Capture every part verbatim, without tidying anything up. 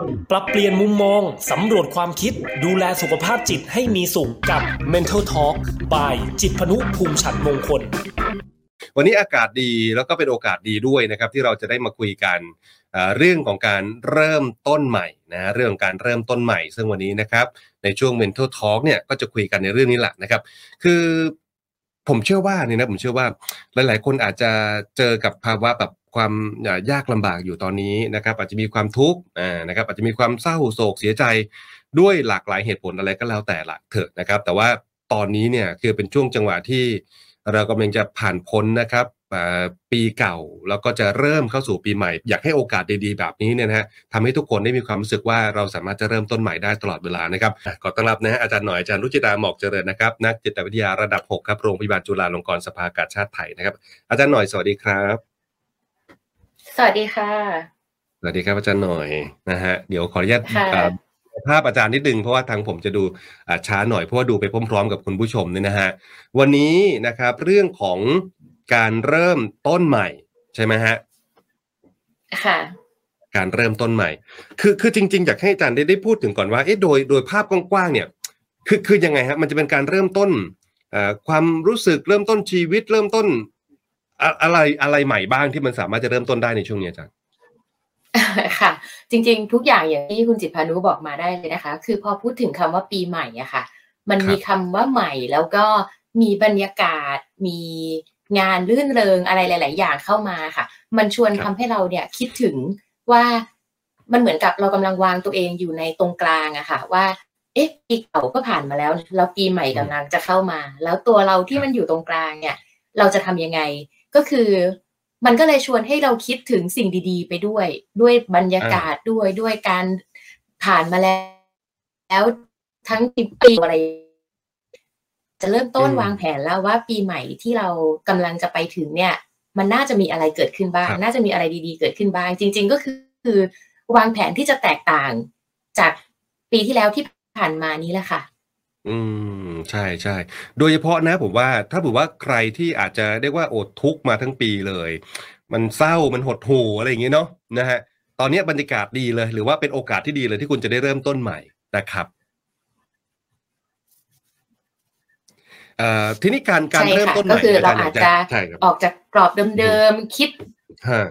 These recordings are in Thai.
ปรับเปลี่ยนมุมมองสำรวจความคิดดูแลสุขภาพจิตให้มีสุขกับ Mental Talk by จิตรพนุภูมิฉัตรมงคลวันนี้อากาศดีแล้วก็เป็นโอกาสดีด้วยนะครับที่เราจะได้มาคุยกันเรื่องของการเริ่มต้นใหม่นะเรื่องของการเริ่มต้นใหม่ซึ่งวันนี้นะครับในช่วง Mental Talk เนี่ยก็จะคุยกันในเรื่องนี้แหละนะครับคือผมเชื่อว่าเนี่ยนะผมเชื่อว่าหลายๆคนอาจจะเจอกับภาวะแบบความยากลำบากอยู่ตอนนี้นะครับอาจจะมีความทุกข์อ่านะครับอาจจะมีความเศร้าโศกเสียใจด้วยหลากหลายเหตุผลอะไรก็แล้วแต่ละเถอะนะครับแต่ว่าตอนนี้เนี่ยคือเป็นช่วงจังหวะที่เรากำลังจะผ่านพ้นนะครับปีเก่าแล้วก็จะเริ่มเข้าสู่ปีใหม่อยากให้โอกาสดีๆแบบนี้เนี่ยนะฮะทำให้ทุกคนได้มีความรู้สึกว่าเราสามารถจะเริ่มต้นใหม่ได้ตลอดเวลานะครับขอต้อนรับนะฮะอาจารย์หน่อยอาจารย์รุจิราหมอกเจริญนะครับนักจิตวิทยาระดับหกครับโรงพยาบาลจุฬาลงกรณ์สภากาชาดไทยนะครับอาจารย์หน่อยสวัสดีครับสวัสดีค่ะสวัสดีครับอาจารย์หน่อยนะฮะเดี๋ยวขออนุญาตภาพอาจารย์นิดนึงเพราะว่าทางผมจะดูช้าหน่อยเพราะว่าดูไปพร้อมๆกับคุณผู้ชมเนี่ยนะฮะวันนี้นะครับเรื่องของการเริ่มต้นใหม่ใช่ไหมฮะค่ะการเริ่มต้นใหม่คือคือจริงๆอยากให้อาจารย์ได้ได้พูดถึงก่อนว่าเอ๊ะโดยโดยภาพกว้างๆเนี่ยคือคือยังไงฮะมันจะเป็นการเริ่มต้นเอ่อความรู้สึกเริ่มต้นชีวิตเริ่มต้นอะไรอะไรใหม่บ้างที่มันสามารถจะเริ่มต้นได้ในช่วงนี้อาจารย์ค่ะจริงๆทุกอย่างอย่างที่คุณจิตพานุบอกมาได้เลยนะคะคือพอพูดถึงคำว่าปีใหม่อะค่ะมันมีคำว่าใหม่แล้วก็มีบรรยากาศมีงานลื่นเริงอะไรหลายๆอย่างเข้ามาค่ะมันชวนทำให้เราเนี่ยคิดถึงว่ามันเหมือนกับเรากำลังวางตัวเองอยู่ในตรงกลางอะค่ะว่าเอ๊ะปีเก่าก็ผ่านมาแล้วแล้วปีใหม่กำลังจะเข้ามาแล้วตัวเราที่มันอยู่ตรงกลางเนี่ยเราจะทำยังไงก็คือมันก็เลยชวนให้เราคิดถึงสิ่งดีๆไปด้วยด้วยบรรยากาศด้วยด้วยการผ่านมาแล้วทั้งปีอะไรจะเริ่มต้นวางแผนแล้วว่าปีใหม่ที่เรากำลังจะไปถึงเนี่ยมันน่าจะมีอะไรเกิดขึ้นบ้างน่าจะมีอะไรดีๆเกิดขึ้นบ้างจริงๆก็คือคือวางแผนที่จะแตกต่างจากปีที่แล้วที่ผ่านมานี้แหละค่ะอืมใช่ๆโดยเฉพาะนะผมว่าถ้าผมว่าใครที่อาจจะเรียกว่าอดทุกข์มาทั้งปีเลยมันเศร้ามันหดหู่อะไรอย่างงี้เนาะนะฮะตอนนี้บรรยากาศดีเลยหรือว่าเป็นโอกาสที่ดีเลยที่คุณจะได้เริ่มต้นใหม่นะครับเอ่อทีนี้การการเริ่มต้นใหม่ก็คือเราอาจจะออกจากกรอบเดิมๆคิดฮะ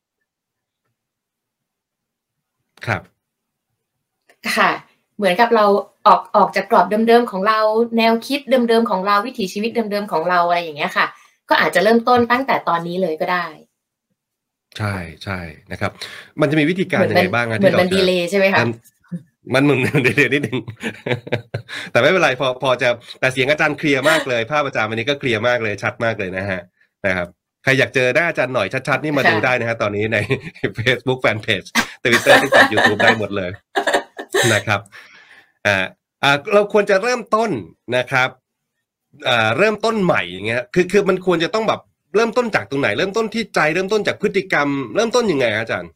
ครับค่ะเหมือนกับเราออกออกจากกรอบเดิมๆของเราแนวคิดเดิมๆของเราวิถีชีวิตเดิมๆของเราอะไรอย่างเงี้ยค่ะก็อาจจะเริ่มต้นตั้งแต่ตอนนี้เลยก็ได้ใช่ใช่นะครับมันจะมีวิธีการยังไงบ้างอะที่เราจะมันดีเลย์ใช่ไหมคะมันมึงเดี๋ยวนิดนึงแต่ไม่เป็นไรพอพอจะแต่เสียงอาจารย์เคลียร์มากเลยภาพอาจารย์วันนี้ก็เคลียร์มากเลยชัดมากเลยนะฮะนะครับใครอยากเจอหน้าอาจารย์หน่อยชัดๆนี่มาดูได้นะฮะตอนนี้ใน Facebook Fanpage Twitter TikTok YouTube ได้หมดเลยนะครับอ่าอ่าเราควรจะเริ่มต้นนะครับอ่าเริ่มต้นใหม่อย่างเงี้ยคือคือมันควรจะต้องแบบเริ่มต้นจากตรงไหนเริ่มต้นที่ใจเริ่มต้นจากพฤติกรรมเริ่มต้นยังไงอาจารย์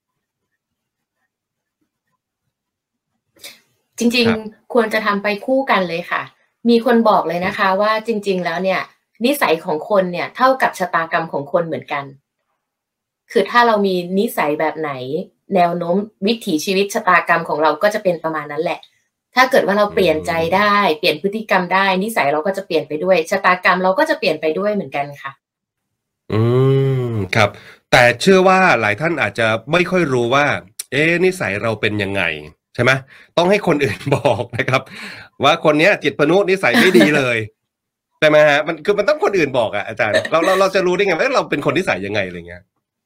จริงๆควรจะทำไปคู่กันเลยค่ะมีคนบอกเลยนะคะว่าจริงๆแล้วเนี่ยนิสัยของคนเนี่ยเท่ากับชะตากรรมของคนเหมือนกันคือถ้าเรามีนิสัยแบบไหนแนวโน้มวิถีชีวิตชะตากรรมของเราก็จะเป็นประมาณนั้นแหละถ้าเกิดว่าเราเปลี่ยนใจได้เปลี่ยนพฤติกรรมได้นิสัยเราก็จะเปลี่ยนไปด้วยชะตากรรมเราก็จะเปลี่ยนไปด้วยเหมือนกันค่ะอืมครับแต่เชื่อว่าหลายท่านอาจจะไม่ค่อยรู้ว่าเอ๊ะนิสัยเราเป็นยังไงใช่ไหมต้องให้คนอื่นบอกนะครับว่าคนเนี้ยจิตพนุนิสัยไม่ดีเลยใช่ไหมฮะมันคือมันต้องคนอื่นบอกอ่ะอาจารย์เราเราเราจะรู้ได้ไงว่าเราเป็นคนนิสัยยังไงอะไรเงี้ย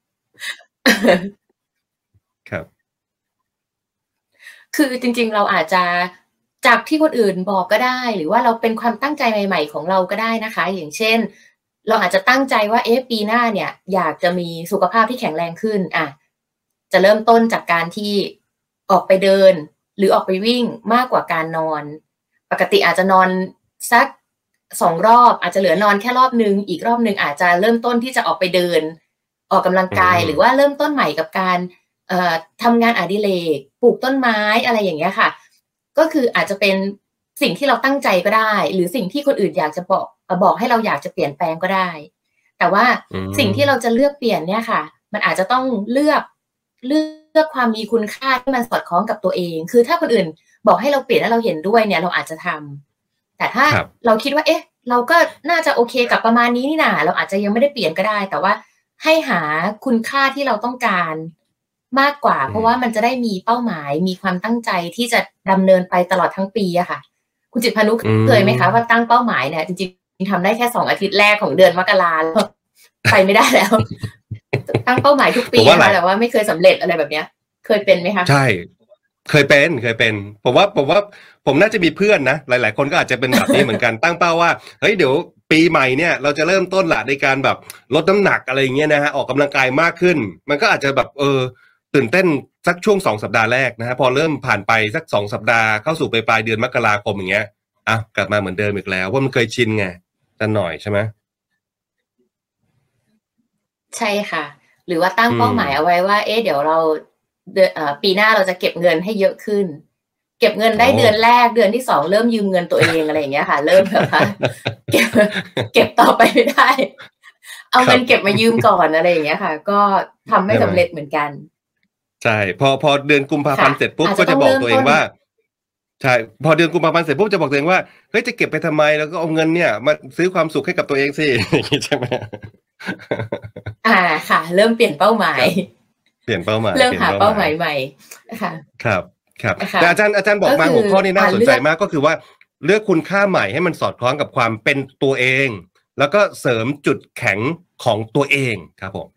ครับคือจริงๆเราอาจจะจากที่คนอื่นบอกก็ได้หรือว่าเราเป็นความตั้งใจใหม่ๆของเราก็ได้นะคะอย่างเช่นเราอาจจะตั้งใจว่าเอ๊ะปีหน้าเนี่ยอยากจะมีสุขภาพที่แข็งแรงขึ้นอ่ะจะเริ่มต้นจากการที่ออกไปเดินหรือออกไปวิ่งมากกว่าการนอนปกติอาจจะนอนสักสองรอบอาจจะเหลือนอนแค่รอบนึงอีกรอบนึงอาจจะเริ่มต้นที่จะออกไปเดินออกกำลังกายหรือว่าเริ่มต้นใหม่กับการเอ่อทำงานอดิเรกปลูกต้นไม้อะไรอย่างเงี้ยค่ะก็คืออาจจะเป็นสิ่งที่เราตั้งใจก็ได้หรือสิ่งที่คนอื่นอยากจะบอกบอกให้เราอยากจะเปลี่ยนแปลงก็ได้แต่ว่าสิ่งที่เราจะเลือกเปลี่ยนเนี่ยค่ะมันอาจจะต้องเลือกเลือกความมีคุณค่าที่มันสอดคล้องกับตัวเองคือถ้าคนอื่นบอกให้เราเปลี่ยนแล้วเราเห็นด้วยเนี่ยเราอาจจะทำแต่ถ้าเราคิดว่าเอ๊ะเราก็น่าจะโอเคกับประมาณนี้นี่นาเราอาจจะยังไม่ได้เปลี่ยนก็ได้แต่ว่าให้หาคุณค่าที่เราต้องการมากกว่าเพราะว่ามันจะได้มีเป้าหมายมีความตั้งใจที่จะดำเนินไปตลอดทั้งปีอะค่ะคุณจิตพานุเคยไหมคะว่าตั้งเป้าหมายเนี่ยจริงๆทำได้แค่สองอาทิตย์แรกของเดือนมกราแล้วไปไม่ได้แล้วตั้งเป้าหมายทุกปีนะคะแต่ว่าไม่เคยสำเร็จอะไรแบบเนี้ยเคยเป็นไหมคะใช่เคยเป็นเคยเป็นผมว่าผมว่าผมน่าจะมีเพื่อนนะหลายๆคนก็อาจจะเป็นแบบนี้เหมือนกันตั้งเป้าว่าเฮ้ยเดี๋ยวปีใหม่เนี่ยเราจะเริ่มต้นละในการแบบลดน้ำหนักอะไรอย่างเงี้ยนะฮะออกกำลังกายมากขึ้นมันก็อาจจะแบบเออตื่นเต้นสักช่วงสองสัปดาห์แรกนะฮะพอเริ่มผ่านไปสักสองสัปดาห์เข้าสู่ปลายเดือนมกราคมอย่างเงี้ยอ่ะกลับมาเหมือนเดิมอีกแล้วว่ามันเคยชินไงจะหน่อยใช่ไหมใช่ค่ะหรือว่าตั้งเป้าหมายเอาไว้ว่าเอ๊ะเดี๋ยวเราปีหน้าเราจะเก็บเงินให้เยอะขึ้นเก็บเงินได้เดือนแรกเดือนที่สองเริ่มยืมเงินตัวเองอะไรอย่างเงี้ยค่ะเริ่มแบบว่าเก็บเก็บต่อไปไม่ได้เอาเงินเก็บมายืมก่อนอะไรอย่างเงี้ยค่ะก็ทำไม่สำเร็จเหมือนกันใช่พอพอเดือนกุมภาพันธ์เสร็จปุ๊บก็จะบอกตัวเองว่าใช่พอเดือนกุมภาพันธ์เสร็จปุ๊บจะบอกตัวเองว่าเฮ้ยจะเก็บไปทำไมแล้วก็เอาเงินเนี่ยมาซื้อความสุขให้กับตัวเองสิใช่ไหมอ่าค่ะเริ่มเปลี่ยนเป้าหมายเปลี่ยนเป้าหมายเริ่มหาเป้าหมายใหม่ค่ะครับครับแต่อาจารย์อาจารย์บอกมาหัวข้อนี้น่าสนใจมากก็คือว่าเลือกคุณค่าใหม่ให้มันสอดคล้องกับความเป็นตัวเองแล้วก็เสริมจุดแข็งของตัวเองครับผม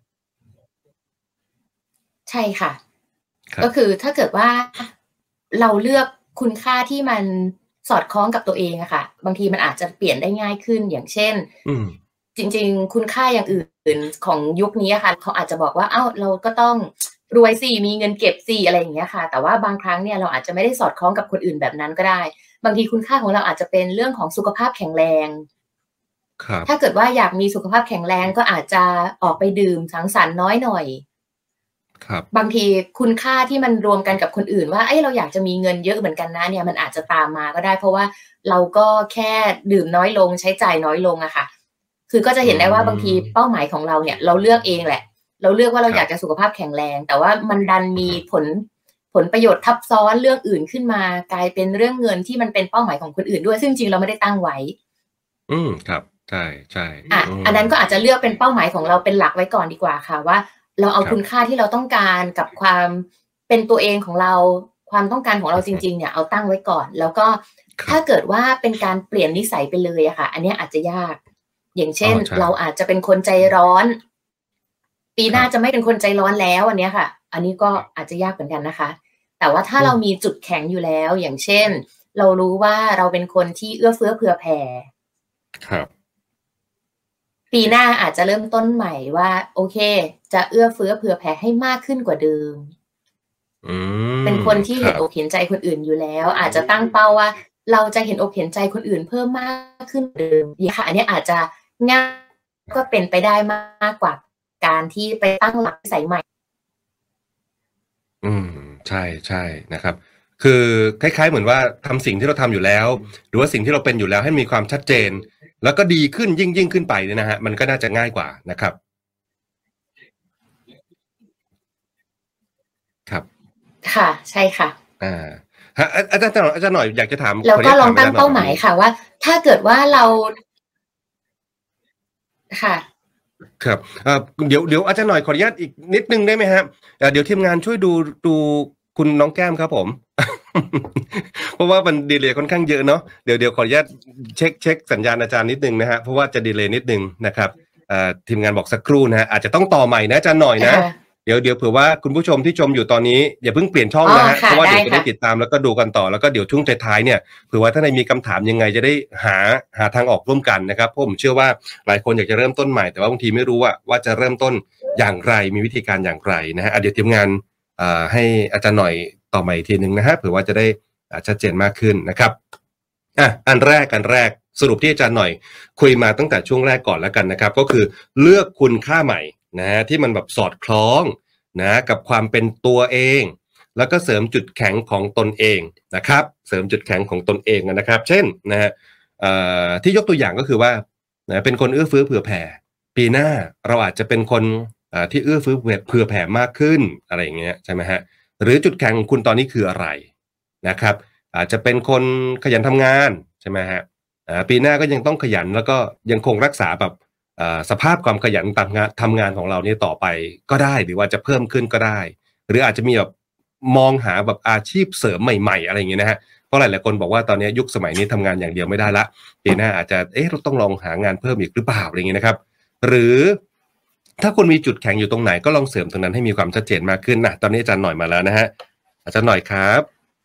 ใช่ค่ะก็คือถ้าเกิดว่าเราเลือกคุณค่าที่มันสอดคล้องกับตัวเองอะค่ะบางทีมันอาจจะเปลี่ยนได้ง่ายขึ้นอย่างเช่นจริงๆคุณค่าอย่างอื่นของยุคนี้ค่ะเขาอาจจะบอกว่าเอ้าเราก็ต้องรวยสิมีเงินเก็บสิอะไรอย่างเงี้ยค่ะแต่ว่าบางครั้งเนี่ยเราอาจจะไม่ได้สอดคล้องกับคนอื่นแบบนั้นก็ได้บางทีคุณค่าของเราอาจจะเป็นเรื่องของสุขภาพแข็งแรงถ้าเกิดว่าอยากมีสุขภาพแข็งแรงก็อาจจะออกไปดื่มสังสรรค์น้อยหน่อยบางทีคุณค่าที่มันรวมกันกับคนอื่นว่าเอ้ยเราอยากจะมีเงินเยอะเหมือนกันนะเนี่ยมันอาจจะตามมาก็ได้เพราะว่าเราก็แค่ดื่มน้อยลงใช้จ่ายน้อยลงอะค่ะคือก็จะเห็นได้ว่าบางทีเป้าหมายของเราเนี่ยเราเลือกเองแหละเราเลือกว่าเราอยากจะสุขภาพแข็งแรงแต่ว่ามันดันมีผลผลประโยชน์ทับซ้อนเรื่องอื่นขึ้นมากลายเป็นเรื่องเงินที่มันเป็นเป้าหมายของคนอื่นด้วยซึ่งจริงเราไม่ได้ตั้งไว้อืมครับใช่ใช่อ่ะอันนั้นก็อาจจะเลือกเป็นเป้าหมายของเราเป็นหลักไว้ก่อนดีกว่าค่ะว่าเราเอาคุณค่าที่เราต้องการกับความเป็นตัวเองของเราความต้องการของเราจริงๆเนี่ยเอาตั้งไว้ก่อนแล้วก็ถ้าเกิดว่าเป็นการเปลี่ยนนิสัยไปเลยอะค่ะอันนี้อาจจะยากอย่างเช่นเราอาจจะเป็นคนใจร้อนปีหน้าจะไม่เป็นคนใจร้อนแล้วอันนี้ค่ะอันนี้ก็อาจจะยากเหมือนกันนะคะแต่ว่าถ้าเรามีจุดแข็งอยู่แล้วอย่างเช่นเรารู้ว่าเราเป็นคนที่เอื้อเฟื้อเผื่อแผ่ครับปีหน้าอาจจะเริ่มต้นใหม่ว่าโอเคจะเอื้อเฟื้อเผื่อแผ่ให้มากขึ้นกว่าเดิมเป็นคนที่เห็นอกเห็นใจคนอื่นอยู่แล้วอาจจะตั้งเป้าว่าเราจะเห็นอกเห็นใจคนอื่นเพิ่มมากขึ้นเดิมค่ะอันนี้อาจจะง่ายก็เป็นไปได้มากกว่าการที่ไปตั้งหลักนิสัยใหม่อืมใช่ใช่นะครับคือคล้ายๆเหมือนว่าทำสิ่งที่เราทำอยู่แล้วหรือว่าสิ่งที่เราเป็นอยู่แล้วให้มีความชัดเจนแล้วก็ดีขึ้นยิ่งยิ่งขึ้นไปเนี่ยนะฮะมันก็น่าจะง่ายกว่านะครับครับค่ะใช่ค่ะอ่าฮะอาจารย์อาจารย์หน่อยอยากจะถามแล้วก็ลองตั้งเป้าหมายค่ะว่าถ้าเกิดว่าเราค่ะครับเดี๋ยวเดี๋ยวอาจารย์หน่อยขออนุญาตอีกนิดนึงได้ไหมครับเดี๋ยวทีมงานช่วยดูดูคุณน้องแก้มครับผม เพราะว่ามันดีเลย์ค่อนข้างเยอะเนาะเดี๋ยวเดี๋ยวขออนุญาตเช็คเช็คสัญญาณอาจารย์นิดนึงนะฮะเพราะว่าจะดีเลย์นิดนึงนะครับทีมงานบอกสักครู่นะฮะอาจจะต้องต่อใหม่นะอาจารย์หน่อยนะเดี๋ยวเดี๋ยวเผื่อว่าคุณผู้ชมที่ชมอยู่ตอนนี้อย่าเพิ่งเปลี่ยนช่องนะฮะเพราะว่าเดี๋ยวจะได้ติดตามแล้วก็ดูกันต่อแล้วก็เดี๋ยวช่วงท้ายๆเนี่ยเผื่อว่าถ้าในมีคำถามยังไงจะได้หาหาทางออกร่วมกันนะครับเพราะผมเชื่อว่าหลายคนอยากจะเริ่มต้นใหม่แต่ว่าบางทีไม่รู้ว่าว่าจะเริ่มต้นอย่างไรมีวิธีการอย่างไรนะฮะเดี๋ยวทีมงานให้อาจารย์หน่อยต่อใหม่ทีนึงนะฮะเผื่อว่าจะได้ชัดเจนมากขึ้นนะครับอ่ะอันแรกอันแรกสรุปที่อาจารย์หน่อยคุยมาตั้งแต่ช่วงแรกก่อนแล้วกันนะครับก็คือเลือกคุณค่าใหม่นะฮะที่มันแบบสอดคล้องนะกับความเป็นตัวเองแล้วก็เสริมจุดแข็งของตนเองนะครับเสริมจุดแข็งของตนเองนะครับเช่นนะฮะที่ยกตัวอย่างก็คือว่านะเป็นคนเอื้อเฟื้อเผื่อแผ่ปีหน้าเราอาจจะเป็นคนอ่าที่เอื้อเฟื้อเผื่อแผ่มากขึ้นอะไรอย่างเงี้ยใช่ไหมฮะหรือจุดแข็งของคุณตอนนี้คืออะไรนะครับอาจจะเป็นคนขยันทำงานใช่ไหมฮะอ่าปีหน้าก็ยังต้องขยันแล้วก็ยังคงรักษาแบบอ่าสภาพความขยันตามงานทำงานของเราเนี่ยต่อไปก็ได้หรือว่าจะเพิ่มขึ้นก็ได้หรืออาจจะมีแบบมองหาแบบอาชีพเสริมใหม่ๆอะไรอย่างเงี้ยนะฮะเพราะหลายๆคนบอกว่าตอนนี้ยุคสมัยนี้ทำงานอย่างเดียวไม่ได้ละปีหน้าอาจจะเอ๊ะเราต้องลองหางานเพิ่มอีกหรือเปล่าอะไรอย่างเงี้ยนะครับหรือถ้าคุณมีจุดแข็งอยู่ตรงไหนก็ลองเสริมตรงนั้นให้มีความชัดเจนมากขึ้นนะตอนนี้อาจารย์หน่อยมาแล้วนะฮะอาจารย์หน่อยครับ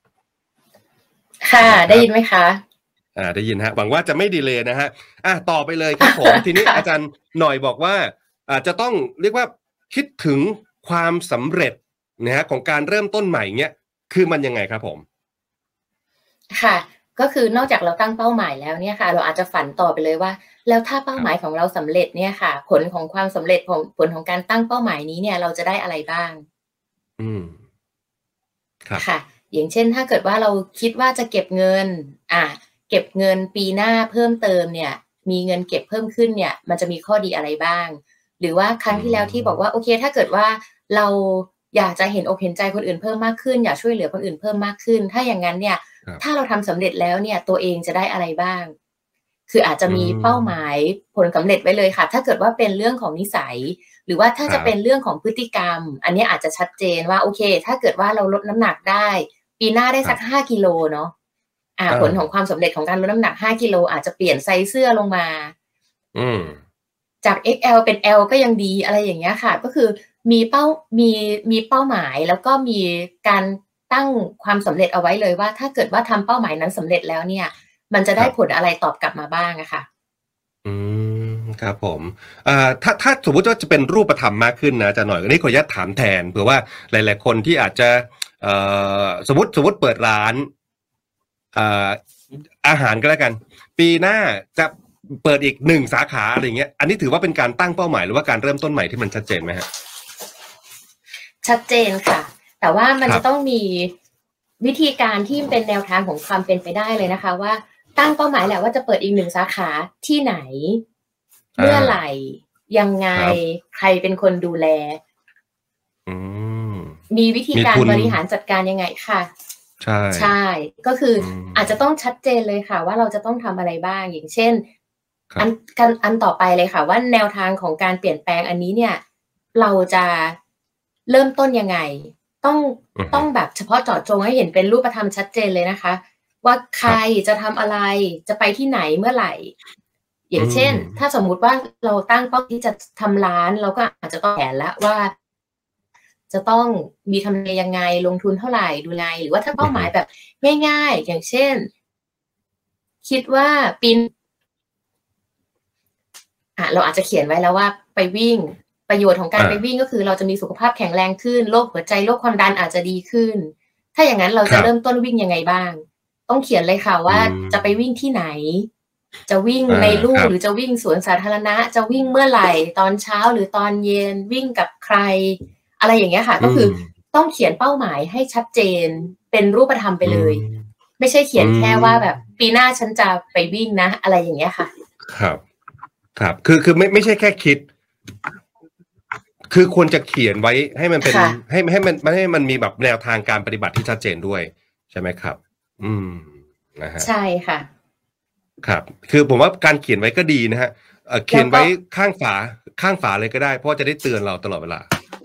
ค่ะได้ยินไหมคะอ่าได้ยินฮะหวังว่าจะไม่ดีเลย์นะฮะอ่ะต่อไปเลยครับผม ทีนี้อาจารย์หน่อยบอกว่าอาจจะต้องเรียกว่าคิดถึงความสำเร็จนะฮะของการเริ่มต้นใหม่เงี้ยคือมันยังไงครับผมค่ะก็คือนอกจากเราตั้งเป้าหมายแล้วเนี่ยค่ะเราอาจจะฝันต่อไปเลยว่าแล้วถ้าเป้าหมายของเราสำเร็จเนี่ยค่ะผลของความสำเร็จของผลของการตั้งเป้าหมายนี้เนี่ยเราจะได้อะไรบ้างอืมครับค่ะอย่างเช่นถ้าเกิดว่าเราคิดว่าจะเก็บเงินอ่าเก็บเงินปีหน้าเพิ่มเติมเนี่ยมีเงินเก็บเพิ่มขึ้นเนี่ยมันจะมีข้อดีอะไรบ้างหรือว่าครั้งที่แล้วที่บอกว่าโอเคถ้าเกิดว่าเราอยากจะเห็นอกเห็นใจคนอื่นเพิ่มมากขึ้นอยากช่วยเหลือคนอื่นเพิ่มมากขึ้นถ้าอย่างงั้นเนี่ยถ้าเราทำสำเร็จแล้วเนี่ยตัวเองจะได้อะไรบ้างคืออาจจะมีเป้าหมายผลสำเร็จไว้เลยค่ะถ้าเกิดว่าเป็นเรื่องของนิสัยหรือว่าถ้าจะเป็นเรื่องของพฤติกรรมอันนี้อาจจะชัดเจนว่าโอเคถ้าเกิดว่าเราลดน้ำหนักได้ปีหน้าได้สักห้ากิโลเนาะอ่าผลของความสำเร็จของการลดน้ำหนักห้ากิโลอาจจะเปลี่ยนไซส์เสื้อลงมาอืมจาก เอ็กซ์ แอล เป็น L ก็ยังดีอะไรอย่างเงี้ยค่ะก็คือมีเป้ามีมีเป้าหมายแล้วก็มีการตั้งความสำเร็จเอาไว้เลยว่าถ้าเกิดว่าทำเป้าหมายนั้นสำเร็จแล้วเนี่ยมันจะได้ผลอะไรตอบกลับมาบ้างอะค่ะอืมครับผมอ่าถ้าถ้าสมมุติว่าจะเป็นรูปธรรมมากขึ้นนะอาจารย์หน่อยอันนี้ขออนุญาตถามแทนเผื่อว่าหลายๆคนที่อาจจะเอ่อสมมติสมมติเปิดร้านอ่าอาหารก็แล้วกันปีหน้าจะเปิดอีกหนึ่งสาขาอะไรเงี้ยอันนี้ถือว่าเป็นการตั้งเป้าหมายหรือว่าการเริ่มต้นใหม่ที่มันชัดเจนไหมฮะชัดเจนค่ะแต่ว่ามันจะต้องมีวิธีการที่เป็นแนวทางของความเป็นไปได้เลยนะคะว่าตั้งเป้าหมายแหละว่าจะเปิดอีกหนึ่งสาขาที่ไหนเมื่อไหร่ยังไงใครเป็นคนดูแลมีวิธีการบริหารจัดการยังไงค่ะใช่ใช่ก็คืออาจจะต้องชัดเจนเลยค่ะว่าเราจะต้องทำอะไรบ้างอย่างเช่นอันกันอันต่อไปเลยค่ะว่าแนวทางของการเปลี่ยนแปลงอันนี้เนี่ยเราจะเริ่มต้นยังไงต้องต้องแบบเฉพาะเจาะจงให้เห็นเป็นรูปธรรมชัดเจนเลยนะคะว่าใครจะทำอะไรจะไปที่ไหนเมื่อไหร่อย่างเช่นถ้าสมมุติว่าเราตั้งเป้าที่จะทำร้านเราก็อาจจะต้องแผนแล้วว่าจะต้องมีทำเลยังไงลงทุนเท่าไหร่ดูไงหรือว่าถ้าเป้าหมายแบบง่ายๆอย่างเช่นคิดว่าปีอ่ะเราอาจจะเขียนไว้แล้วว่าไปวิ่งประโยชน์ของการไปวิ่งก็คือเราจะมีสุขภาพแข็งแรงขึ้นโรคหัวใจโรคความดันอาจจะดีขึ้นถ้าอย่างนั้นเราจะเริ่มต้นวิ่งยังไงบ้างต้องเขียนเลยค่ะว่าจะไปวิ่งที่ไหนจะวิ่งในลู่หรือจะวิ่งสวนสาธารณะจะวิ่งเมื่อไหร่ตอนเช้าหรือตอนเย็นวิ่งกับใครอะไรอย่างเงี้ยค่ะก็คือต้องเขียนเป้าหมายให้ชัดเจนเป็นรูปธรรมไปเลยไม่ใช่เขียนแค่ว่าแบบปีหน้าฉันจะไปวิ่งนะอะไรอย่างเงี้ยค่ะครับครับคือคือไม่ไม่ใช่แค่คิดคือควรจะเขียนไว้ให้มันเป็นให้ให้มันให้มันมีแบบแนวทางการปฏิบัติที่ชัดเจนด้วยใช่ไหมครับอืมนะฮะใช่ค่ะครับคือผมว่าการเขียนไว้ก็ดีนะฮะเขียนไว้ข้างฝาข้างฝาเลยก็ได้เพราะจะได้เตือนเราตลอดเวลา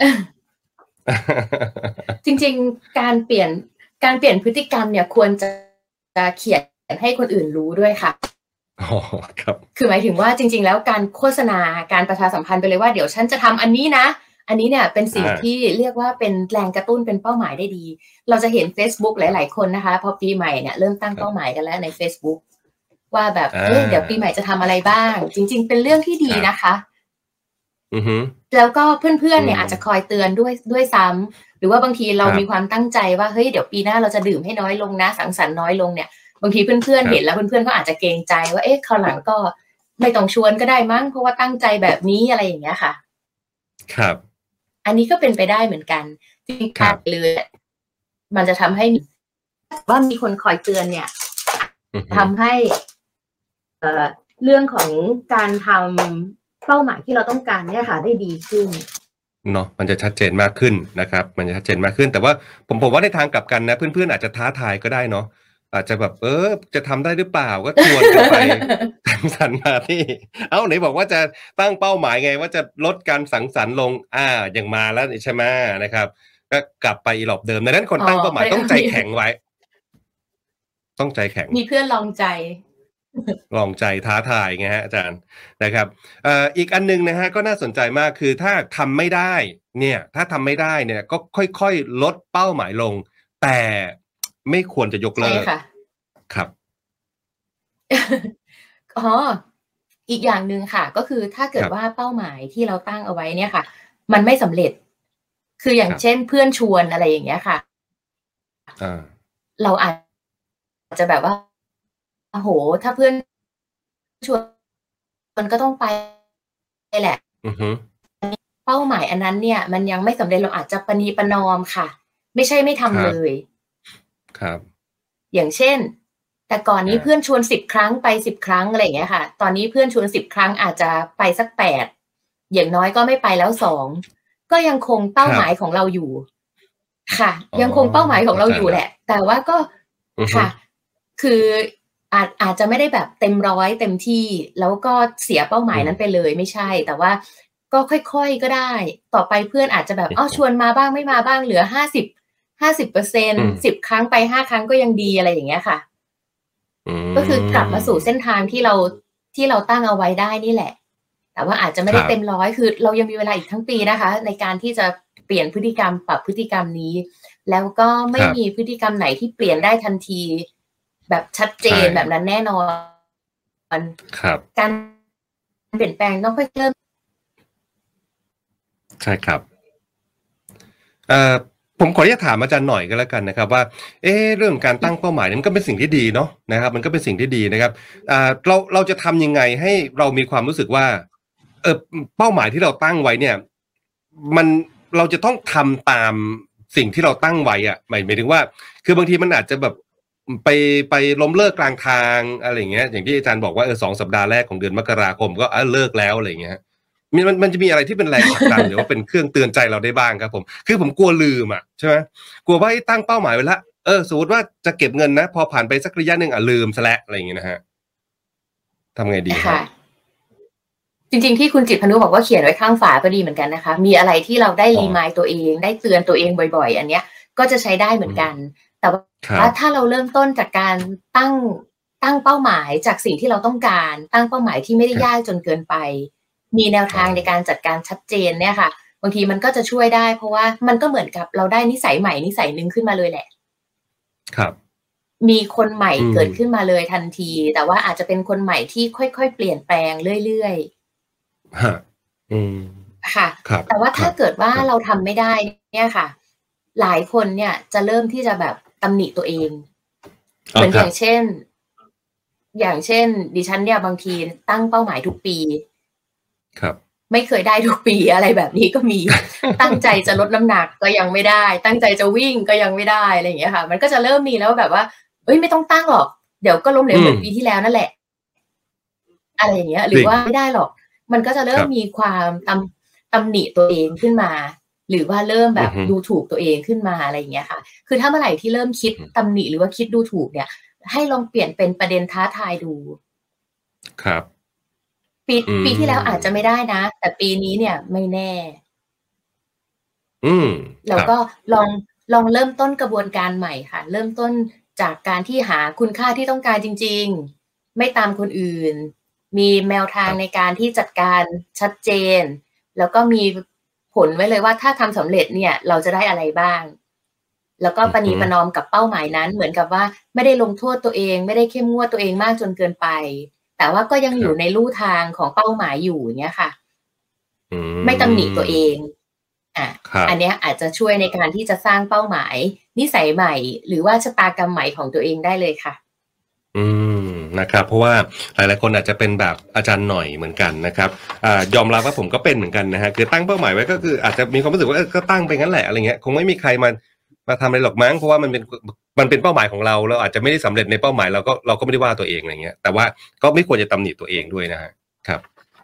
จริงๆการเปลี่ยนการเปลี่ยนพฤติกรรมเนี่ยควรจะจะเขียนให้คนอื่นรู้ด้วยค่ะอ๋อครับคือหมายถึงว่าจริงๆแล้วการโฆษณาการประชาสัมพันธ์ไปเลยว่าเดี๋ยวฉันจะทำอันนี้นะอันนี้เนี่ยเป็นสิ่งที่เรียกว่าเป็นแรงกระตุ้นเป็นเป้าหมายได้ดีเราจะเห็น Facebook หลายๆคนนะคะพอปีใหม่เนี่ยเริ่มตั้งเป้าหมายกันแล้วใน Facebook ว่าแบบเอ๊ะเดี๋ยวปีใหม่จะทำอะไรบ้างจริงๆเป็นเรื่องที่ดีนะคะแล้วก็เพื่อนๆเนี่ยอาจจะคอยเตือนด้วยด้วยซ้ำหรือว่าบางทีเรามีความตั้งใจว่าเฮ้ยเดี๋ยวปีหน้าเราจะดื่มให้น้อยลงนะสังสรรค์น้อยลงเนี่ยบางทีเพื่อนๆเห็นแล้วเพื่อนๆก็อาจจะเกรงใจว่าเอ๊ะคราวหลังก็ไม่ต้องชวนก็ได้มั้งเพราะว่าตั้งใจแบบนี้อะไรอย่างเงี้ยค่ะครับอันนี้ก็เป็นไปได้เหมือนกันจริงๆเลยมันจะทำให้ว่ามีคนคอยเตือนเนี่ยทำให้เอ่อเรื่องของการทำเป้าหมายที่เราต้องการเนี่ยค่ะได้ดีขึ้นเนาะมันจะชัดเจนมากขึ้นนะครับมันจะชัดเจนมากขึ้นแต่ว่าผมผมว่าในทางกลับกันนะเพื่อนๆอาจจะท้าทายก็ได้เนาะอาจจะแบบเออจะทำได้หรือเปล่าก็ชวนกันไปสังสรรค์ปาร์ตี้เอ้าไหนบอกว่าจะตั้งเป้าหมายไงว่าจะลดการสังสรรค์ลงอ่าอย่างมาแล้วใช่ไหมนะครับก็กลับไปอีหลอบเดิมดังนั้นคนตั้งเป้าหมายต้องใจแข็งไว้ต้องใจแข็งมีเพื่อนลองใจลองใจท้าทายไงฮะอาจารย์นะครับเอ่ออีกอันนึงนะฮะก็น่าสนใจมากคือถ้าทำไม่ได้เนี่ยถ้าทำไม่ได้เนี่ยก็ค่อยๆลดเป้าหมายลงแต่ไม่ควรจะยกเลิกครับอ๋ออีกอย่างหนึ่งค่ะก็คือถ้าเกิดว่าเป้าหมายที่เราตั้งเอาไว้เนี่ยค่ะมันไม่สำเร็จคืออย่างเช่นเพื่อนชวนอะไรอย่างเงี้ยค่ะเราอาจจะแบบว่าโอ้โหถ้าเพื่อนชวนมันก็ต้องไปแหละเป้าหมายอันนั้นเนี่ยมันยังไม่สำเร็จเราอาจจะประนีประนอมค่ะไม่ใช่ไม่ทำเลยครับอย่างเช่นแต่ก่อนนี้เพื่อนชวนสิบครั้งไปสิบครั้งอะไรอย่างเงี้ยค่ะตอนนี้เพื่อนชวนสิบครั้งอาจจะไปสักแปดอย่างน้อยก็ไม่ไปแล้วสองก็ยังคงเป้าหมายของเราอยู่ค่ะยังคงเป้าหมายของเราอยู่แหละแต่ว่าก็ค่ะคืออาจอาจจะไม่ได้แบบเต็มร้อยเต็มที่แล้วก็เสียเป้าหมายนั้นไปเลยไม่ใช่แต่ว่าก็ค่อยๆก็ได้ต่อไปเพื่อนอาจจะแบบอ้าวชวนมาบ้างไม่มาบ้างเหลือห้าสิบ ห้าสิบเปอร์เซ็นต์ สิบครั้งไปห้าครั้งก็ยังดีอะไรอย่างเงี้ยค่ะก็คือกลับมาสู่เส้นทางที่เราที่เราตั้งเอาไว้ได้นี่แหละแต่ว่าอาจจะไม่ได้เต็มร้อยคือเรายังมีเวลาอีกทั้งปีนะคะในการที่จะเปลี่ยนพฤติกรรมปรับพฤติกรรมนี้แล้วก็ไม่มีพฤติกรรมไหนที่เปลี่ยนได้ทันทีแบบชัดเจนแบบนั้นแน่นอนการเปลี่ยนแปลงต้องค่อยเริ่มใช่ครับเอ่อผมขออนุญาตถามอาจารย์หน่อยก็แล้วกันนะครับว่าเอ๊ะเรื่องการตั้งเป้าหมายนี่มันก็เป็นสิ่งที่ดีเนาะนะครับมันก็เป็นสิ่งที่ดีนะครับอ่าเราเราจะทำยังไงให้เรามีความรู้สึกว่าเออเป้าหมายที่เราตั้งไว้เนี่ยมันเราจะต้องทำตามสิ่งที่เราตั้งไว้อ่ะหมายหมายถึงว่าคือบางทีมันอาจจะแบบไปไปล้มเลิกกลางทางอะไรอย่างเงี้ยอย่างที่อาจารย์บอกว่าเออสองสัปดาห์แรกของเดือนมกราคมก็เออเลิกแล้วอะไรอย่างเงี้ยมันมันจะมีอะไรที่เป็นแรงผลักดันหรือว่าเป็นเครื่องเตือนใจเราได้บ้างครับผมคือผมกลัวลืมอ่ะใช่ไหมกลัวว่าตั้งเป้าหมายไว้แล้วเออสมมติว่าจะเก็บเงินนะพอผ่านไปสักระยะหนึ่งอ่ะลืมซะแล้วอะไรอย่างเงี้ยนะฮะทำไงดีครับจริงๆที่คุณจิตพนุบอกว่าเขียนไว้ข้างฝาก็ดีเหมือนกันนะคะมีอะไรที่เราได้รีมายตัวเองได้เตือนตัวเองบ่อยๆอันเนี้ยก็จะใช้ได้เหมือนกันแต่ว่าถ้าเราเริ่มต้นจากการตั้งตั้งเป้าหมายจากสิ่งที่เราต้องการตั้งเป้าหมายที่ไม่ได้ยากจนเกินไปมีแนวทางในการจัดการชัดเจนเนี่ยค่ะบางทีมันก็จะช่วยได้เพราะว่ามันก็เหมือนกับเราได้นิสัยใหม่นิสัยนึงขึ้นมาเลยแหละครับมีคนใหม่เกิดขึ้นมาเลยทันทีแต่ว่าอาจจะเป็นคนใหม่ที่ค่อยๆเปลี่ยนแปลงเรื่อยๆฮะอืมค่ะแต่ว่าถ้าเกิดว่าเราทำไม่ได้เนี่ยค่ะหลายคนเนี่ยจะเริ่มที่จะแบบตำหนิตัวเองเหมือนอย่างเช่นอย่างเช่นดิฉันเนี่ยบางทีตั้งเป้าหมายทุกปีครับไม่เคยได้ทุกปีอะไรแบบนี้ก็มีตั้งใจจะลดน้ำหนักก็ยังไม่ได้ตั้งใจจะวิ่งก็ยังไม่ได้อะไรอย่างเงี้ยค่ะมันก็จะเริ่มมีแล้วแบบว่าเอ้ยไม่ต้องตั้งหรอกเดี๋ยวก็ล้มเหลวเหมือนปีที่แล้วนั่นแหละอะไรอย่างเงี้ยหรือว่าไม่ได้หรอกมันก็จะเริ่มมีความตำตำหนิตัวเองขึ้นมาหรือว่าเริ่มแบบดูถูกตัวเองขึ้นมาอะไรอย่างเงี้ยค่ะคือถ้าเมื่อไหร่ที่เริ่มคิดตำหนิหรือว่าคิดดูถูกเนี่ยให้ลองเปลี่ยนเป็นประเด็นท้าทายดูครับปีปีที่แล้วอาจจะไม่ได้นะแต่ปีนี้เนี่ยไม่แน่อืมแล้วก็ลองลองเริ่มต้นกระบวนการใหม่ค่ะเริ่มต้นจากการที่หาคุณค่าที่ต้องการจริงๆไม่ตามคนอื่นมีแนวทางในการที่จัดการชัดเจนแล้วก็มีผลไว้เลยว่าถ้าทำสำเร็จเนี่ยเราจะได้อะไรบ้างแล้วก็ประนีประนอมกับเป้าหมายนั้นเหมือนกับว่าไม่ได้ลงโทษตัวเองไม่ได้เข้มงวดตัวเองมากจนเกินไปแต่ว่าก็ยังอยู่ในลู่ทางของเป้าหมายอยู่เนี้ยค่ะไม่ตำหนิตัวเองอ่ะอันนี้อาจจะช่วยในการที่จะสร้างเป้าหมายนิสัยใหม่หรือว่าชะตากรรมใหม่ของตัวเองได้เลยค่ะอืมนะครับเพราะว่าหลายๆคนอาจจะเป็นแบบอาจารย์หน่อยเหมือนกันนะครับอ่ายอมรับว่าผมก็เป็นเหมือนกันนะฮะคือตั้งเป้าหมายไว้ก็คืออาจจะมีความรู้สึกว่าก็ตั้งไปงั้นแหละอะไรเงี้ยคงไม่มีใครมามาทำอะไรหรอกมั้งเพราะว่ามันเป็นมันเป็นเป้าหมายของเราเราอาจจะไม่ได้สำเร็จในเป้าหมายเราก็เราก็ไม่ได้ว่าตัวเองอะไรเงี้ยแต่ว่าก็ไม่ควรจะตำหนิตัวเองด้วยนะฮะครับ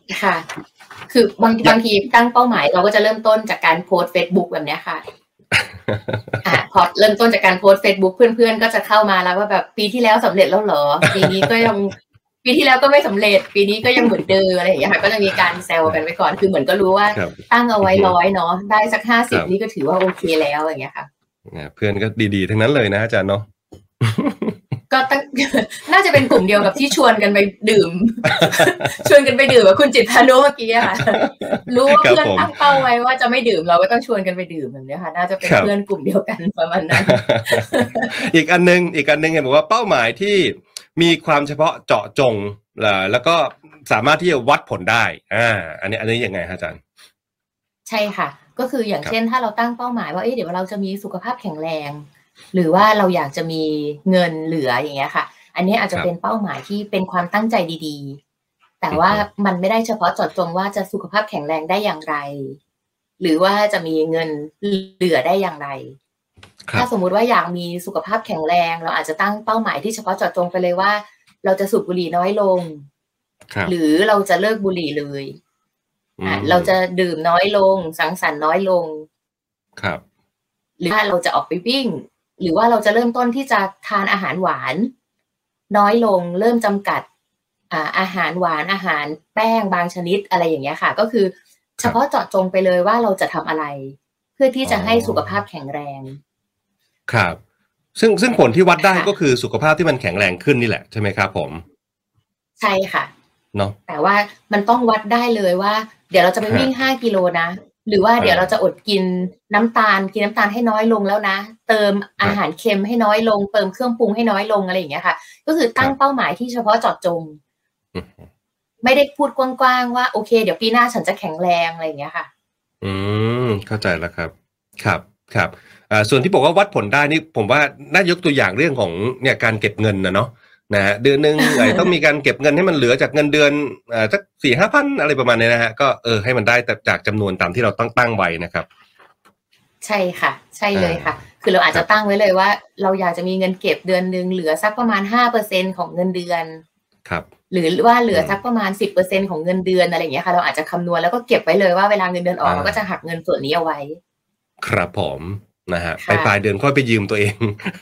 ค่ะ คือบางบางทีตั้งเป้าหมายเราก็จะเริ่มต้นจากการโพสต์ Facebook แบบนี้ค่ะอ่ะพอเริ่มต้นจากการโพสต์ Facebook เพื่อนๆก็จะเข้ามาแล้วว่าแบบปีที่แล้วสำเร็จแล้วเหรอปีนี้ก็ยังปีที่แล้วก็ไม่สำเร็จปีนี้ก็ยังเหมือนเดิมอะไรอย่างเงี้ยค่ะก็จะมีการแซวกันไว้ก่อนคือเหมือนก็รู้ว่าตั้งเอาไว้ร้อยเนาะได้สักห้าสิบนี่ก็ถือว่าโอเคแล้วอย่างเงี้ยค่ะเพื่อนก็ดีๆทั้งนั้นเลยนะอาจารย์เนาะก็ตั้งน่าจะเป็นกลุ่มเดียวกับที่ชวนกันไปดื่มชวนกันไปดื่มกับคุณจิตพานุเมื่อกี้ค่ะรู้ว่าเพื่อนตั้งเป้าไว้ว่าจะไม่ดื่มเราก็ต้องชวนกันไปดื่มแบบนี้ค่ะน่าจะเป็นเพื่อนกลุ่มเดียวกันประมาณนั้นอีกอันนึงอีกอันนึงเห็นบอกว่าเป้าหมายที่มีความเฉพาะเจาะจงแล้วก็สามารถที่จะวัดผลได้อ่าอันนี้อันนี้ยังไงอาจารย์ใช่ค่ะก็คืออย่างเช่นถ้าเราตั้งเป้าหมายว่าเอ๊ะเดี๋ยวเราจะมีสุขภาพแข็งแรงหรือว่าเราอยากจะมีเงินเหลืออย่างเงี้ยค่ะอันนี้อาจจะเป็นเป้าหมายที่เป็นความตั้งใจดีๆแต่ว่ามันไม่ได้เฉพาะเจาะจงว่าจะสุขภาพแข็งแรงได้อย่างไรหรือว่าจะมีเงินเหลือได้อย่างไรถ้าสมมุติว่าอยากมีสุขภาพแข็งแรงเราอาจจะตั้งเป้าหมายที่เฉพาะเจาะจงไปเลยว่าเราจะสูบบุหรี่น้อยลงหรือเราจะเลิกบุหรี่เลยเราจะดื่มน้อยลงสังสรรค์น้อยลงครับหรือว่าเราจะออกไปวิ่งหรือว่าเราจะเริ่มต้นที่จะทานอาหารหวานน้อยลงเริ่มจำกัดอ่าอาหารหวานอาหารแป้งบางชนิดอะไรอย่างเงี้ยค่ะก็คือเฉพาะเจาะจงไปเลยว่าเราจะทำอะไรเพื่อที่จะให้สุขภาพแข็งแรงครับซึ่งซึ่งผลที่วัดได้ก็คือสุขภาพที่มันแข็งแรงขึ้นนี่แหละใช่ไหมครับผมใช่ค่ะเนาะแต่ว่ามันต้องวัดได้เลยว่าเดี๋ยวเราจะไปวิ่งห้ากิโลนะหรือว่าเดี๋ยวเราจะอดกินน้ำตาลกินน้ำตาลให้น้อยลงแล้วนะเติมอาหารเค็มให้น้อยลงเติมเครื่องปรุงให้น้อยลงอะไรอย่างเงี้ยค่ะก็คือตั้งเป้าหมายที่เฉพาะเจาะจงไม่ได้พูดกว้างๆว่าโอเคเดี๋ยวปีหน้าฉันจะแข็งแรงอะไรอย่างเงี้ยค่ะอืมเข้าใจแล้วครับครับครับอ่าส่วนที่บอกว่าวัดผลได้นี่ผมว่าน่ายกตัวอย่างเรื่องของเนี่ยการเก็บเงินนะเนาะนะฮะเดือนนึงไอ้ต้องมีการเก็บเงินให้มันเหลือจากเงินเดือนอ่าสัก สี่ห้าพัน อะไรประมาณนี้นะฮะก็เออให้มันได้แต่จากจำนวนตามที่เราตั้งตั้งไว้นะครับใช่ค่ะใช่เลยค่ะคือเราอาจจะตั้งไว้เลยว่าเราอยากจะมีเงินเก็บเดือนนึงเหลือสักประมาณ ห้าเปอร์เซ็นต์ ของเงินเดือนครับหรือว่าเหลือสักประมาณ สิบเปอร์เซ็นต์ ของเงินเดือนอะไรอย่างเงี้ยค่ะเราอาจจะคำนวณแล้วก็เก็บไว้เลยว่าเวลาเงินเดือนออกเราก็จะหักเงินส่วนนี้เอาไว้ครับผมนะฮะไปปลายเดือนค่อยไปยืมตัวเอง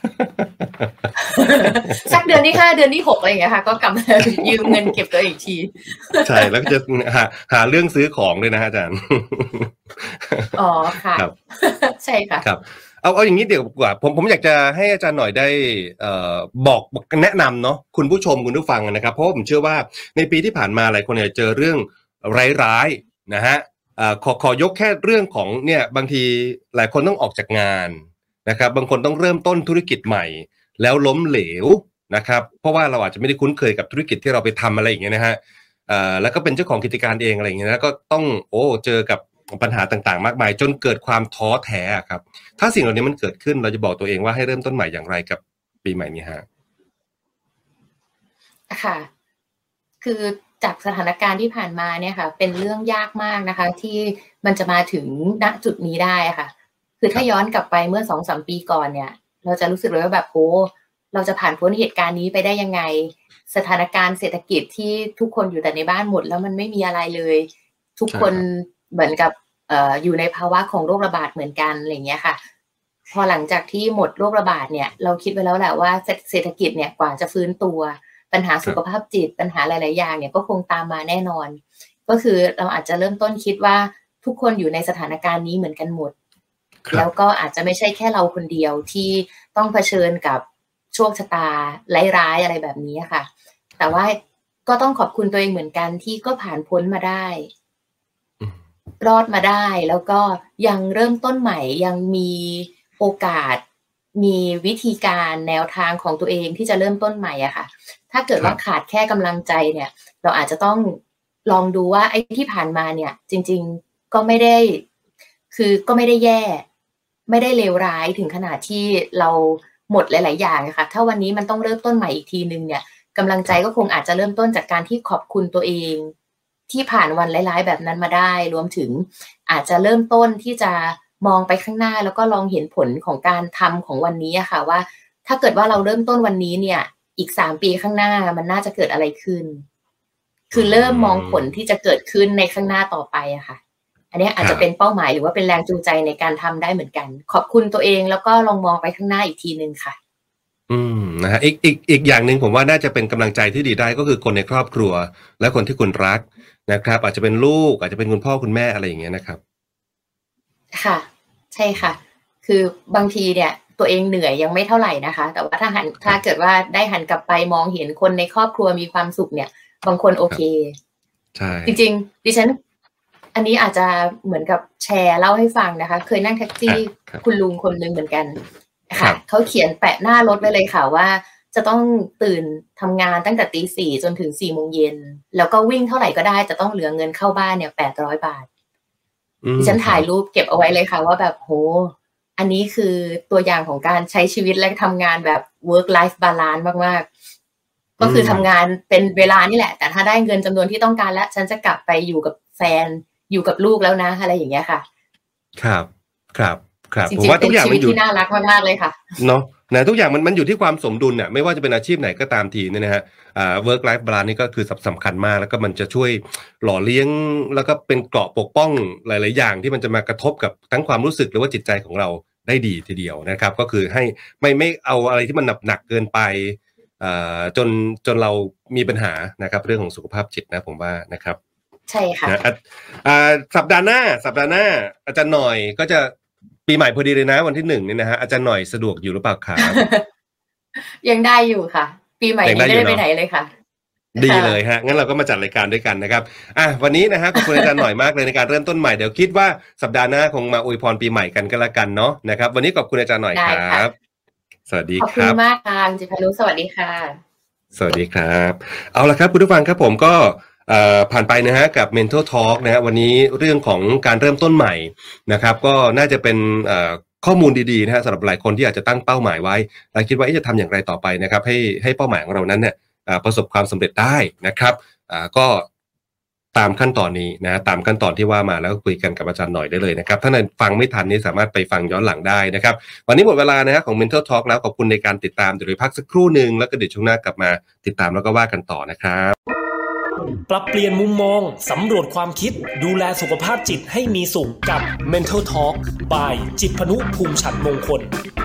สักเดือนที่ห้าเดือนที่หกอะไรอย่างเงี้ยค่ะก็กลับมายืมเงินเก็บตัวอีกทีใช่แล้วก็จะหาหาเรื่องซื้อของด้วยนะอาจารย์อ๋อค่ะใช่ค่ะครับเอาเอาอย่างนี้เดี๋ยวกว่าผมผมอยากจะให้อาจารย์หน่อยได้เอ่อบอกแนะนำเนาะคุณผู้ชมคุณผู้ฟังนะครับเพราะผมเชื่อว่าในปีที่ผ่านมาหลายคนเนี่ยเจอเรื่องร้ายๆนะฮะอ่าขอขอยกแค่เรื่องของเนี่ยบางทีหลายคนต้องออกจากงานนะครับบางคนต้องเริ่มต้นธุรกิจใหม่แล้วล้มเหลวนะครับเพราะว่าเราอาจจะไม่ได้คุ้นเคยกับธุรกิจที่เราไปทำอะไรอย่างเงี้ยนะฮะเอ่อแล้วก็เป็นเจ้าของกิจการเองอะไรอย่างเงี้ยนะก็ต้องโอ้เจอกับปัญหาต่างๆมากมายจนเกิดความท้อแท้ครับถ้าสิ่งเหล่านี้มันเกิดขึ้นเราจะบอกตัวเองว่าให้เริ่มต้นใหม่อย่างไรกับปีใหม่นี้ฮะค่ะคือจากสถานการณ์ที่ผ่านมาเนี่ยค่ะเป็นเรื่องยากมากนะคะที่มันจะมาถึงณจุดนี้ได้ค่ะคือถ้าย้อนกลับไปเมื่อ สองถึงสาม ปีก่อนเนี่ยเราจะรู้สึกเลยว่าแบบโอ้เราจะผ่านพ้นเหตุการณ์นี้ไปได้ยังไงสถานการณ์เศรษฐกิจที่ทุกคนอยู่แต่ในบ้านหมดแล้วมันไม่มีอะไรเลยทุกคนเหมือนกับเอ่ออยู่ในภาวะของโรคระบาดเหมือนกันอะไรอย่างเงี้ยค่ะพอหลังจากที่หมดโรคระบาดเนี่ยเราคิดไว้แล้วแหละว่าเศรษฐกิจเนี่ยกว่าจะฟื้นตัวปัญหาสุขภาพจิตปัญหาหลายๆอย่างเนี่ยก็คงตามมาแน่นอนก็คือเราอาจจะเริ่มต้นคิดว่าทุกคนอยู่ในสถานการณ์นี้เหมือนกันหมดแล้วก็อาจจะไม่ใช่แค่เราคนเดียวที่ต้องเผชิญกับโชคชะตาร้ายๆอะไรแบบนี้ค่ะแต่ว่าก็ต้องขอบคุณตัวเองเหมือนกันที่ก็ผ่านพ้นมาได้รอดมาได้แล้วก็ยังเริ่มต้นใหม่ยังมีโอกาสมีวิธีการแนวทางของตัวเองที่จะเริ่มต้นใหม่อะค่ะถ้าเกิดว่าขาดแค่กำลังใจเนี่ยเราอาจจะต้องลองดูว่าไอ้ที่ผ่านมาเนี่ยจริงๆก็ไม่ได้คือก็ไม่ได้แย่ไม่ได้เลวร้ายถึงขนาดที่เราหมดหลายๆอย่างอะค่ะถ้าวันนี้มันต้องเริ่มต้นใหม่อีกทีนึงเนี่ยกำลังใจก็คงอาจจะเริ่มต้นจากการที่ขอบคุณตัวเองที่ผ่านวันร้ายๆแบบนั้นมาได้รวมถึงอาจจะเริ่มต้นที่จะมองไปข้างหน้าแล้วก็ลองเห็นผลของการทำของวันนี้อะค่ะว่าถ้าเกิดว่าเราเริ่มต้นวันนี้เนี่ยอีกสามปีข้างหน้ามันน่าจะเกิดอะไรขึ้นคือเริ่มมองผลที่จะเกิดขึ้นในข้างหน้าต่อไปอะค่ะอันนี้อาจจะเป็นเป้าหมายหรือว่าเป็นแรงจูงใจในการทำได้เหมือนกันขอบคุณตัวเองแล้วก็ลองมองไปข้างหน้าอีกทีนึงค่ะอืมนะฮะอีกอีกอีกอย่างหนึ่งผมว่าน่าจะเป็นกำลังใจที่ดีได้ก็คือคนในครอบครัวและคนที่คุณรักนะครับอาจจะเป็นลูกอาจจะเป็นคุณพ่อคุณแม่อะไรอย่างเงี้ยนะครับค่ะใช่ค่ะคือบางทีเนี่ยตัวเองเหนื่อยยังไม่เท่าไหร่นะคะแต่ว่าถ้าหันถ้าเกิดว่าได้หันกลับไปมองเห็นคนในครอบครัวมีความสุขเนี่ยบางคนโอเคใช่จริงๆดิฉันอันนี้อาจจะเหมือนกับแชร์เล่าให้ฟังนะคะเคยนั่งแท็กซี่คุณลุงคนนึงเหมือนกันค่ะเขาเขียนแปะหน้ารถไว้เลยค่ะว่าจะต้องตื่นทำงานตั้งแต่ตีสี่จนถึงสี่โมงเย็นแล้วก็วิ่งเท่าไหร่ก็ได้จะต้องเหลือเงินเข้าบ้านเนี่ยแปดร้อยบาทดิฉันถ่ายรูปเก็บเอาไว้เลยค่ะว่าแบบโหอันนี้คือตัวอย่างของการใช้ชีวิตและทำงานแบบ work life balance มากๆก็คือทำงานเป็นเวลานี่แหละแต่ถ้าได้เงินจำนวนที่ต้องการแล้วฉันจะกลับไปอยู่กับแฟนอยู่กับลูกแล้วนะอะไรอย่างเงี้ยค่ะครับครับครับผมว่าทุกอย่างมันอยู่ที่น่ารักมากๆเลยค่ะเนาะนะทุกอย่างมันมันอยู่ที่ความสมดุลน่ะไม่ว่าจะเป็นอาชีพไหนก็ตามทีเนี่ยนะฮะอ่า work life balance นี่ก็คือสำคัญมากแล้วก็มันจะช่วยหล่อเลี้ยงแล้วก็เป็นเกราะปกป้องหลายๆอย่างที่มันจะมากระทบกับทั้งความรู้สึกหรือว่าจิตใจของเราได้ดีทีเดียวนะครับก็คือให้ไม่ไม่เอาอะไรที่มันหนักๆเกินไปอ่าจนจนเรามีปัญหานะครับเรื่องของสุขภาพจิตนะผมว่านะครับใช่ค่ะนะอ่าสัปดาห์หน้าสัปดาห์หน้าอาจารย์หน่อยก็จะปีใหม่พอดีเลยนะวันที่หนึ่งนี่นะฮะอาจารย์หน่อยสะดวกอยู่หรือเปล่าครับยังได้อยู่ค่ะปีใหม่นี้ไม่ได้ไปไหนเลยค่ะดีเลยฮะงั้นเราก็มาจัดรายการด้วยกันนะครับอ่ะวันนี้นะฮะขอบคุณอาจารย์หน่อยมากเลยในการเริ่มต้นใหม่เดี๋ยวคิดว่าสัปดาห์หน้าคงมาอวยพรปีใหม่กันก็แล้วกันเนาะนะครับวันนี้ขอบคุณอาจารย์หน่อยครับสวัสดีครับขอบคุณมากค่ะจิพานุสวัสดีค่ะสวัสดีครับเอาละครับคุณผู้ฟังครับผมก็ผ่านไปนะฮะกับ Mental Talk นะฮะวันนี้เรื่องของการเริ่มต้นใหม่นะครับก็น่าจะเป็นข้อมูลดีๆนะฮะสำหรับหลายคนที่อาจจะตั้งเป้าหมายไว้และคิดว่าจะทำอย่างไรต่อไปนะครับให้ให้เป้าหมายของเรานั้นเนี่ยประสบความสำเร็จได้นะครับก็ตามขั้นตอนนี้นะตามขั้นตอนที่ว่ามาแล้วคุยกันกับอาจารย์หน่อยได้เลยนะครับถ้าฟังไม่ทันนี่สามารถไปฟังย้อนหลังได้นะครับวันนี้หมดเวลานะฮะของ Mental Talk แล้วขอบคุณในการติดตามเดี๋ยวพักสักครู่นึงแล้วก็เดี๋ยวช่วงหน้ากลับมาติดตามแล้วก็ว่ากันต่อนะครับปรับเปลี่ยนมุมมองสำรวจความคิดดูแลสุขภาพจิตให้มีสุขกับ Mental Talk by จิตพนุภูมิฉัตรมงคล